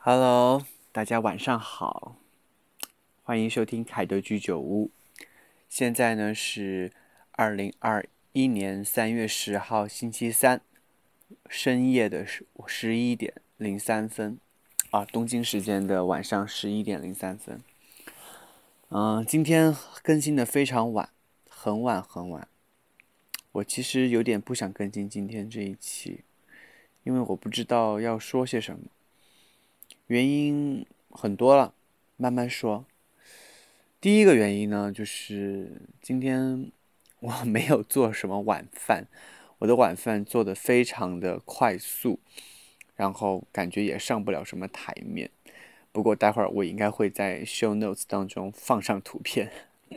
Hello，大家晚上好，欢迎收听凯德居酒屋。现在呢是2021年3月10号星期三深夜的11点03分东京时间的晚上11点03分。今天更新的非常晚，很晚很晚。我其实有点不想更新今天这一期，因为我不知道要说些什么。原因很多了，慢慢说。第一个原因呢，就是今天我没有做什么晚饭，我的晚饭做得非常的快速，然后感觉也上不了什么台面。不过待会儿我应该会在 show notes 当中放上图片。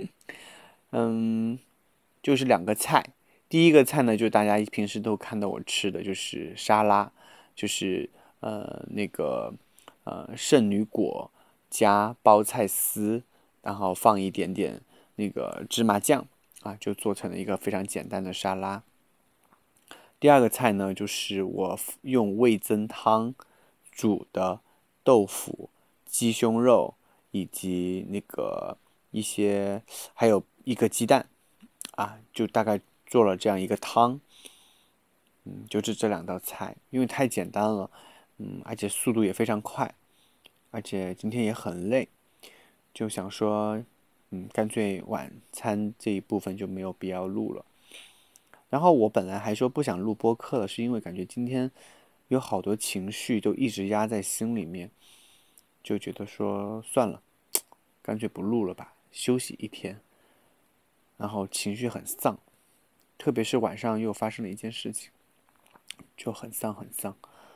嗯，就是两个菜。第一个菜呢，就是大家平时都看到我吃的，就是沙拉，就是那个圣女果加包菜丝，然后放一点点那个芝麻酱就做成了一个非常简单的沙拉。第二个菜呢，就是我用味增汤煮的豆腐、鸡胸肉以及一些还有一个鸡蛋就大概做了这样一个汤。就是这两道菜，因为太简单了，而且速度也非常快，而且今天也很累，就想说，干脆晚餐这一部分就没有必要录了。然后我本来还说不想录播客了，是因为感觉今天有好多情绪都一直压在心里面，就觉得说算了，干脆不录了吧，休息一天。然后情绪很丧，特别是晚上又发生了一件事情，就很丧很丧。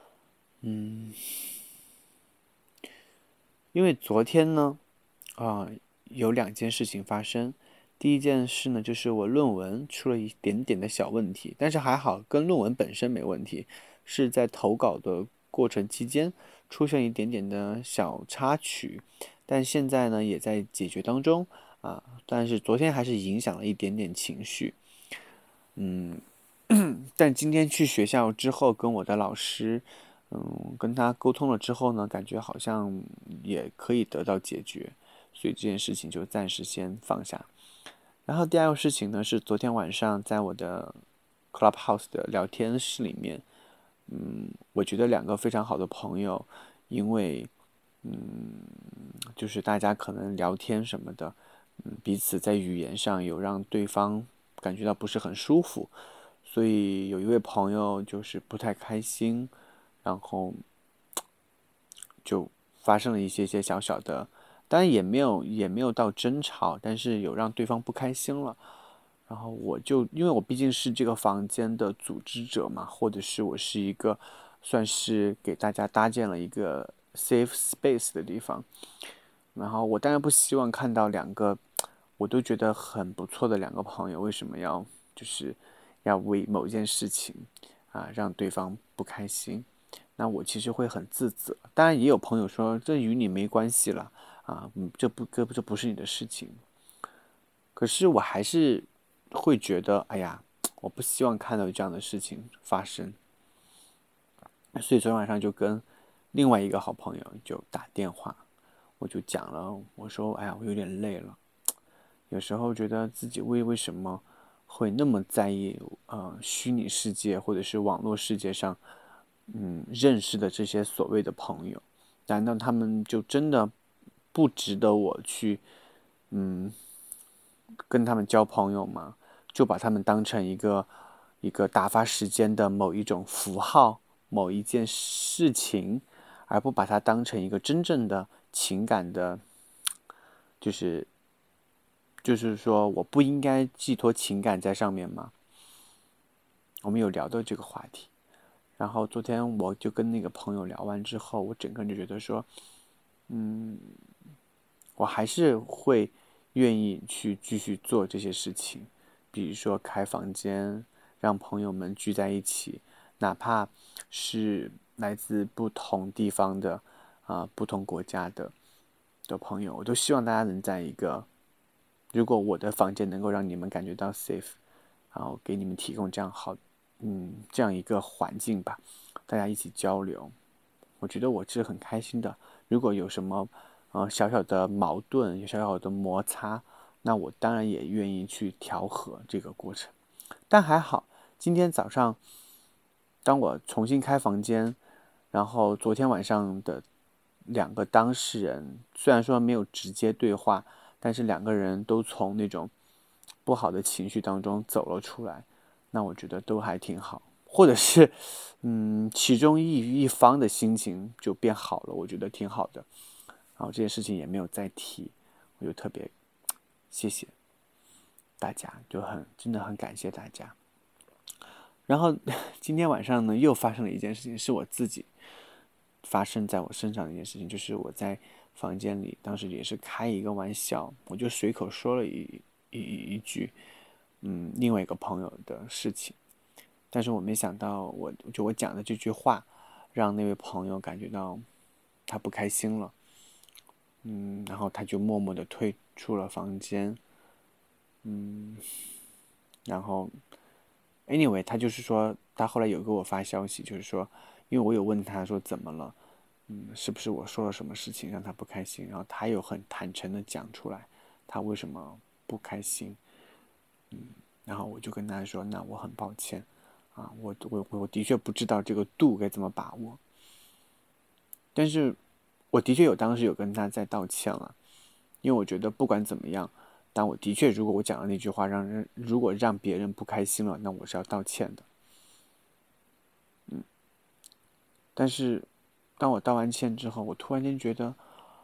因为昨天呢，有两件事情发生。第一件事呢，就是我论文出了一点点的小问题，但是还好，跟论文本身没问题，是在投稿的过程期间出现一点点的小插曲，但现在呢也在解决当中但是昨天还是影响了一点点情绪。但今天去学校之后，跟我的老师，跟他沟通了之后呢，感觉好像也可以得到解决，所以这件事情就暂时先放下。然后第二个事情呢，是昨天晚上在我的 Clubhouse 的聊天室里面，我觉得两个非常好的朋友，因为就是大家可能聊天什么的，彼此在语言上有让对方感觉到不是很舒服，所以有一位朋友就是不太开心，然后就发生了一些小小的，当然也没有到争吵，但是有让对方不开心了。然后我就因为我毕竟是这个房间的组织者嘛，或者是我是一个算是给大家搭建了一个 safe space 的地方，然后我当然不希望看到两个我都觉得很不错的两个朋友为什么就是要为某件事情让对方不开心。那我其实会很自责。当然也有朋友说这与你没关系了这不是你的事情。可是我还是会觉得，哎呀，我不希望看到这样的事情发生。所以昨天晚上就跟另外一个好朋友就打电话，我就讲了，我说，哎呀，我有点累了，有时候觉得自己为什么会那么在意虚拟世界或者是网络世界上认识的这些所谓的朋友，难道他们就真的不值得我去跟他们交朋友吗？就把他们当成一个打发时间的某一种符号，某一件事情，而不把它当成一个真正的情感的，就是就是说，我不应该寄托情感在上面吗？我们有聊到这个话题，然后昨天我就跟那个朋友聊完之后，我整个人就觉得说，我还是会愿意去继续做这些事情，比如说开房间，让朋友们聚在一起，哪怕是来自不同地方的不同国家的朋友，我都希望大家能在一个，如果我的房间能够让你们感觉到 safe，然后给你们提供这样一个环境吧，大家一起交流。 我觉得我是很开心的。如果有什么小小的矛盾，有小小的摩擦，那我当然也愿意去调和这个过程。但还好，今天早上当我重新开房间，然后昨天晚上的两个当事人虽然说没有直接对话，但是两个人都从那种不好的情绪当中走了出来，那我觉得都还挺好。或者是，其中一方的心情就变好了，我觉得挺好的。然后这件事情也没有再提，我就特别谢谢大家，真的很感谢大家。然后今天晚上呢，又发生了一件事情，是我自己发生在我身上的一件事情，就是我在房间里，当时也是开一个玩笑，我就随口说了一句，另外一个朋友的事情，但是我没想到我讲的这句话，让那位朋友感觉到他不开心了，然后他就默默的退出了房间，然后 anyway，他就是说，他后来有给我发消息，就是说，因为我有问他说怎么了，是不是我说了什么事情让他不开心，然后他又很坦诚的讲出来，他为什么不开心，然后我就跟他说，那我很抱歉，我的确不知道这个度该怎么把握，但是我的确当时有跟他在道歉了，因为我觉得不管怎么样，但我的确如果我讲的那句话如果让别人不开心了，那我是要道歉的。但是当我道完歉之后，我突然间觉得，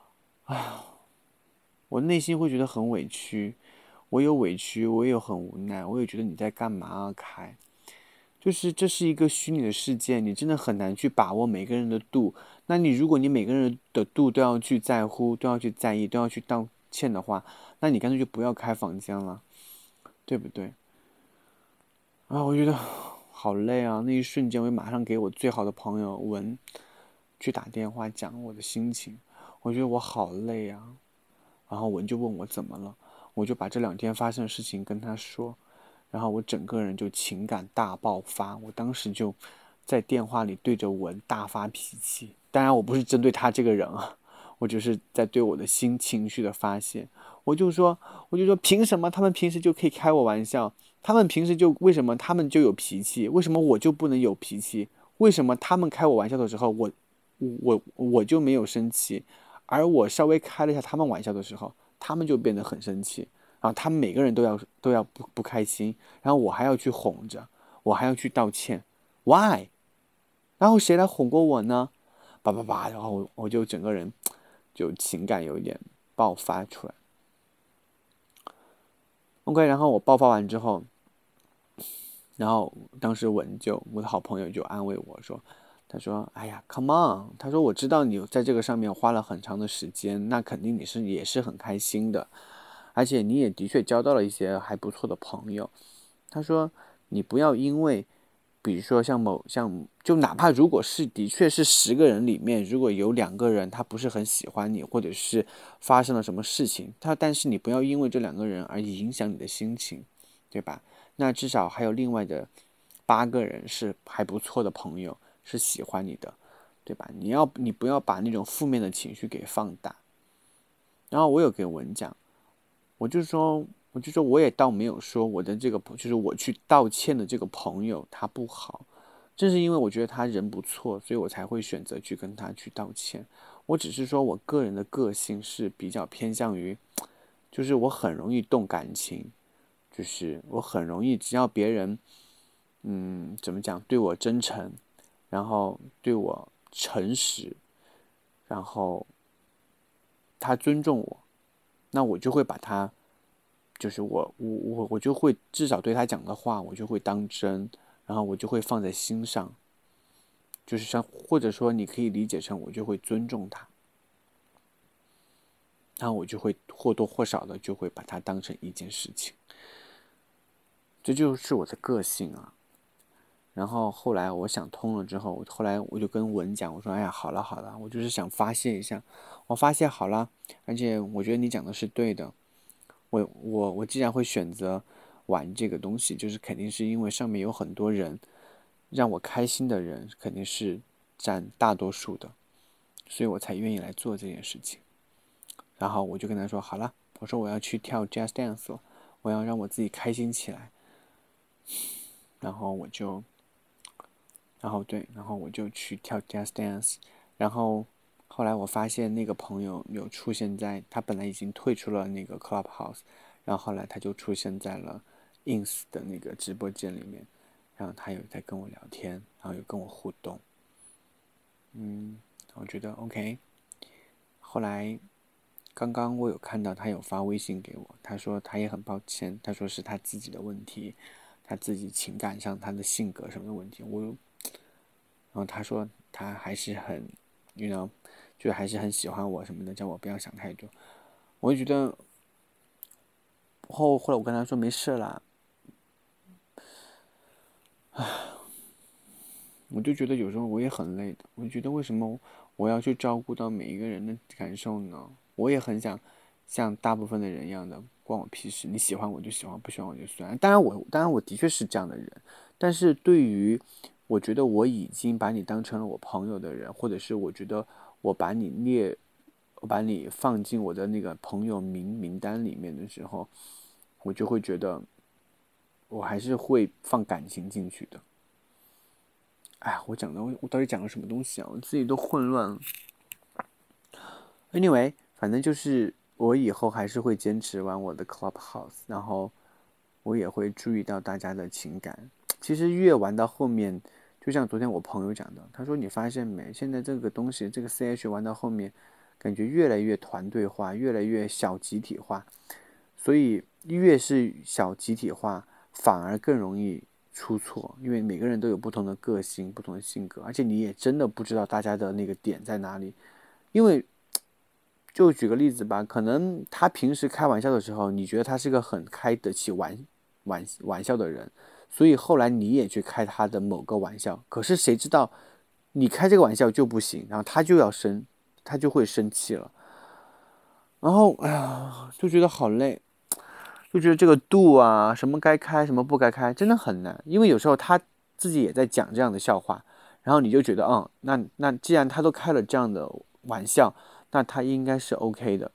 我内心会觉得很委屈，我有委屈，我也有很无奈，我也觉得你在干嘛啊，凯？就是这是一个虚拟的世界，你真的很难去把握每个人的度。那你如果你每个人的度都要去在乎，都要去在意，都要去道歉的话，那你干脆就不要开房间了，对不对？我觉得好累啊！那一瞬间，我就马上给我最好的朋友文去打电话讲我的心情，我觉得我好累啊。然后文就问我怎么了，我就把这2天发生的事情跟他说，然后我整个人就情感大爆发，我当时就在电话里对着文大发脾气。当然，我不是针对他这个人啊，我只是在对我的情绪的发泄。我就说，凭什么他们平时就可以开我玩笑？他们平时为什么他们就有脾气？为什么我就不能有脾气？为什么他们开我玩笑的时候，我就没有生气，而我稍微开了一下他们玩笑的时候，他们就变得很生气，然后他们每个人都要不开心，然后我还要去哄着，我还要去道歉，why？然后谁来哄过我呢？叭叭叭，然后我就整个人就情感有一点爆发出来。OK，然后我爆发完之后，然后当时我的好朋友就安慰我说，他说：“哎呀，come on，他说我知道你在这个上面花了很长的时间，那肯定也是很开心的，而且你也的确交到了一些还不错的朋友。他说你不要因为，比如说就哪怕如果的确是10个人里面，如果有2个人他不是很喜欢你，或者是发生了什么事情，但是你不要因为这2个人而影响你的心情，对吧？那至少还有另外的8个人是还不错的朋友，是喜欢你的，对吧？你不要把那种负面的情绪给放大。然后我有给文讲，我就说我也倒没有说我的这个就是我去道歉的这个朋友他不好，正是因为我觉得他人不错，所以我才会选择去跟他去道歉。我只是说我个人的个性是比较偏向于，就是我很容易动感情，就是我很容易只要别人怎么讲对我真诚，然后对我诚实，然后他尊重我，那我就会把他，就是我就会至少对他讲的话，我就会当真，然后我就会放在心上，就是或者说你可以理解成我就会尊重他，然后我就会或多或少的就会把它当成一件事情，这就是我的个性啊。然后后来我想通了之后，后来我就跟文讲，我说：“哎呀，好了好了，我就是想发泄一下，我发泄好了，而且我觉得你讲的是对的，我既然会选择玩这个东西，就是肯定是因为上面有很多人让我开心的人，肯定是占大多数的。 所以我才愿意来做这件事情。然后我就跟他说好了，我说我要去跳 jazz dance 了，我要让我自己开心起来。然后我就去跳 jazz dance。然后后来我发现那个朋友有出现在，他本来已经退出了那个 Clubhouse， 然后后来他就出现在了 ins 的那个直播间里面，然后他有在跟我聊天，然后有跟我互动。我觉得 OK。后来刚刚我有看到他有发微信给我，他说他也很抱歉，他说是他自己的问题，他自己情感上他的性格什么的问题。然后他说他还是很，you know，就还是很喜欢我什么的，叫我不要想太多。我就觉得后来我跟他说没事啦，我就觉得有时候我也很累的，我就觉得为什么我要去照顾到每一个人的感受呢？我也很想像大部分的人一样的，关我屁事，你喜欢我就喜欢，不喜欢我就算。当然我的确是这样的人，但是对于我觉得我已经把你当成了我朋友的人，或者是我觉得我把你放进我的那个朋友名单里面的时候，我就会觉得我还是会放感情进去的。哎呀，我到底讲了什么东西啊？我自己都混乱了。Anyway，反正就是我以后还是会坚持玩我的 Clubhouse，然后我也会注意到大家的情感。其实越玩到后面，就像昨天我朋友讲的，他说你发现没，现在这个东西，这个 CH 玩到后面，感觉越来越团队化，越来越小集体化，所以越是小集体化，反而更容易出错，因为每个人都有不同的个性、不同的性格，而且你也真的不知道大家的那个点在哪里。因为就举个例子吧，可能他平时开玩笑的时候，你觉得他是个很开得起玩笑的人，所以后来你也去开他的某个玩笑，可是谁知道你开这个玩笑就不行，然后他就会生气了，然后哎呀，就觉得好累，就觉得这个度啊，什么该开，什么不该开，真的很难，因为有时候他自己也在讲这样的笑话，然后你就觉得，那既然他都开了这样的玩笑，那他应该是 OK 的。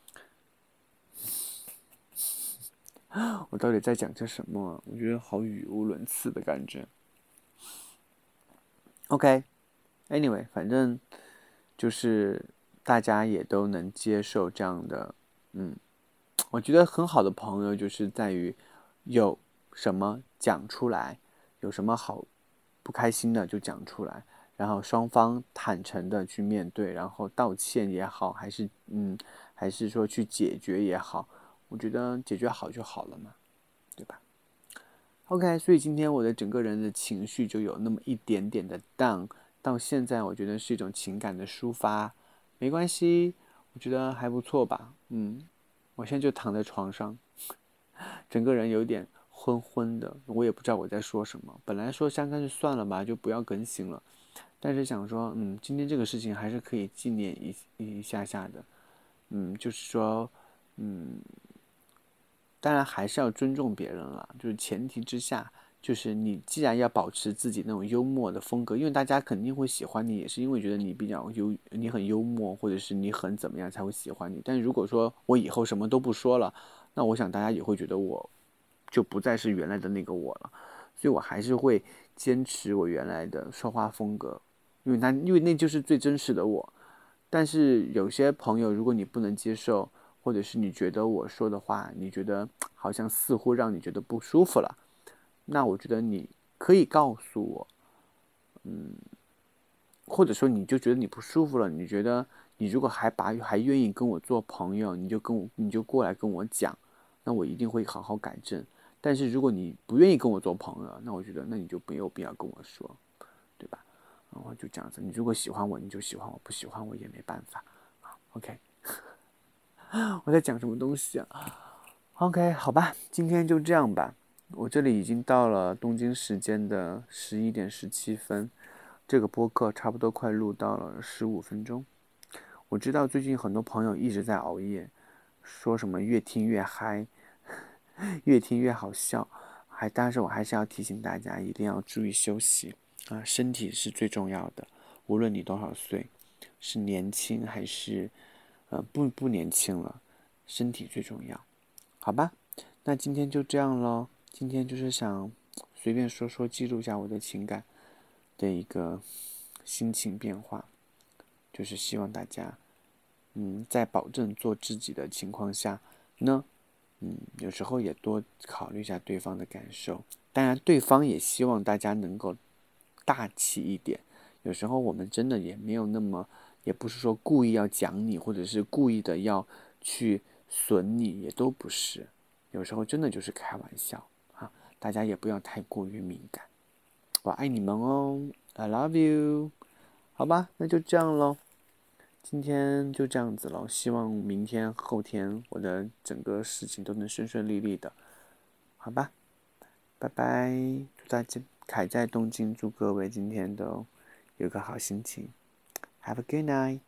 我到底在讲些什么啊？我觉得好语无伦次的感觉。OK，Anyway，反正就是大家也都能接受这样的，我觉得很好的朋友就是在于有什么讲出来，有什么好不开心的就讲出来，然后双方坦诚的去面对，然后道歉也好，还是说去解决也好，我觉得解决好就好了嘛，对吧？OK，所以今天我的整个人的情绪就有那么一点点的 down，到现在我觉得是一种情感的抒发，没关系，我觉得还不错吧，我现在就躺在床上，整个人有点昏昏的，我也不知道我在说什么。本来说干脆算了吧，就不要更新了，但是想说，今天这个事情还是可以纪念一下下的，就是说，嗯，当然还是要尊重别人了，就是前提之下，就是你既然要保持自己那种幽默的风格，因为大家肯定会喜欢你，也是因为觉得你很幽默，或者是你很怎么样才会喜欢你。但如果说我以后什么都不说了，那我想大家也会觉得我就不再是原来的那个我了，所以我还是会坚持我原来的说话风格，因为那就是最真实的我。但是有些朋友，如果你不能接受，或者是你觉得我说的话，你觉得好像似乎让你觉得不舒服了，那我觉得你可以告诉我，或者说你就觉得你不舒服了，你觉得你如果还愿意跟我做朋友，你就过来跟我讲，那我一定会好好改正。但是如果你不愿意跟我做朋友，那我觉得那你就没有必要跟我说，对吧？然后就这样子，你如果喜欢我，你就喜欢我；不喜欢我也没办法。OK，我在讲什么东西啊？OK，好吧，今天就这样吧。我这里已经到了东京时间的11:17，这个播客差不多快录到了15分钟。我知道最近很多朋友一直在熬夜，说什么越听越嗨，越听越好笑。但是我还是要提醒大家，一定要注意休息啊，身体是最重要的，无论你多少岁， 是年轻还是不年轻了，身体最重要，好吧？那今天就这样咯，今天就是想随便说说，记录一下我的情感的一个心情变化，就是希望大家在保证做自己的情况下呢，有时候也多考虑一下对方的感受。当然，对方也希望大家能够大气一点。有时候我们真的也没有那么，也不是说故意要讲你，或者是故意的要去损你，也都不是。有时候真的就是开玩笑啊，大家也不要太过于敏感。我爱你们哦，I love you。好吧，那就这样咯。今天就这样子了，希望明天、后天我的整个事情都能顺顺利利的，好吧，拜拜，祝大家凯在东京，祝各位今天都有个好心情，Have a good night。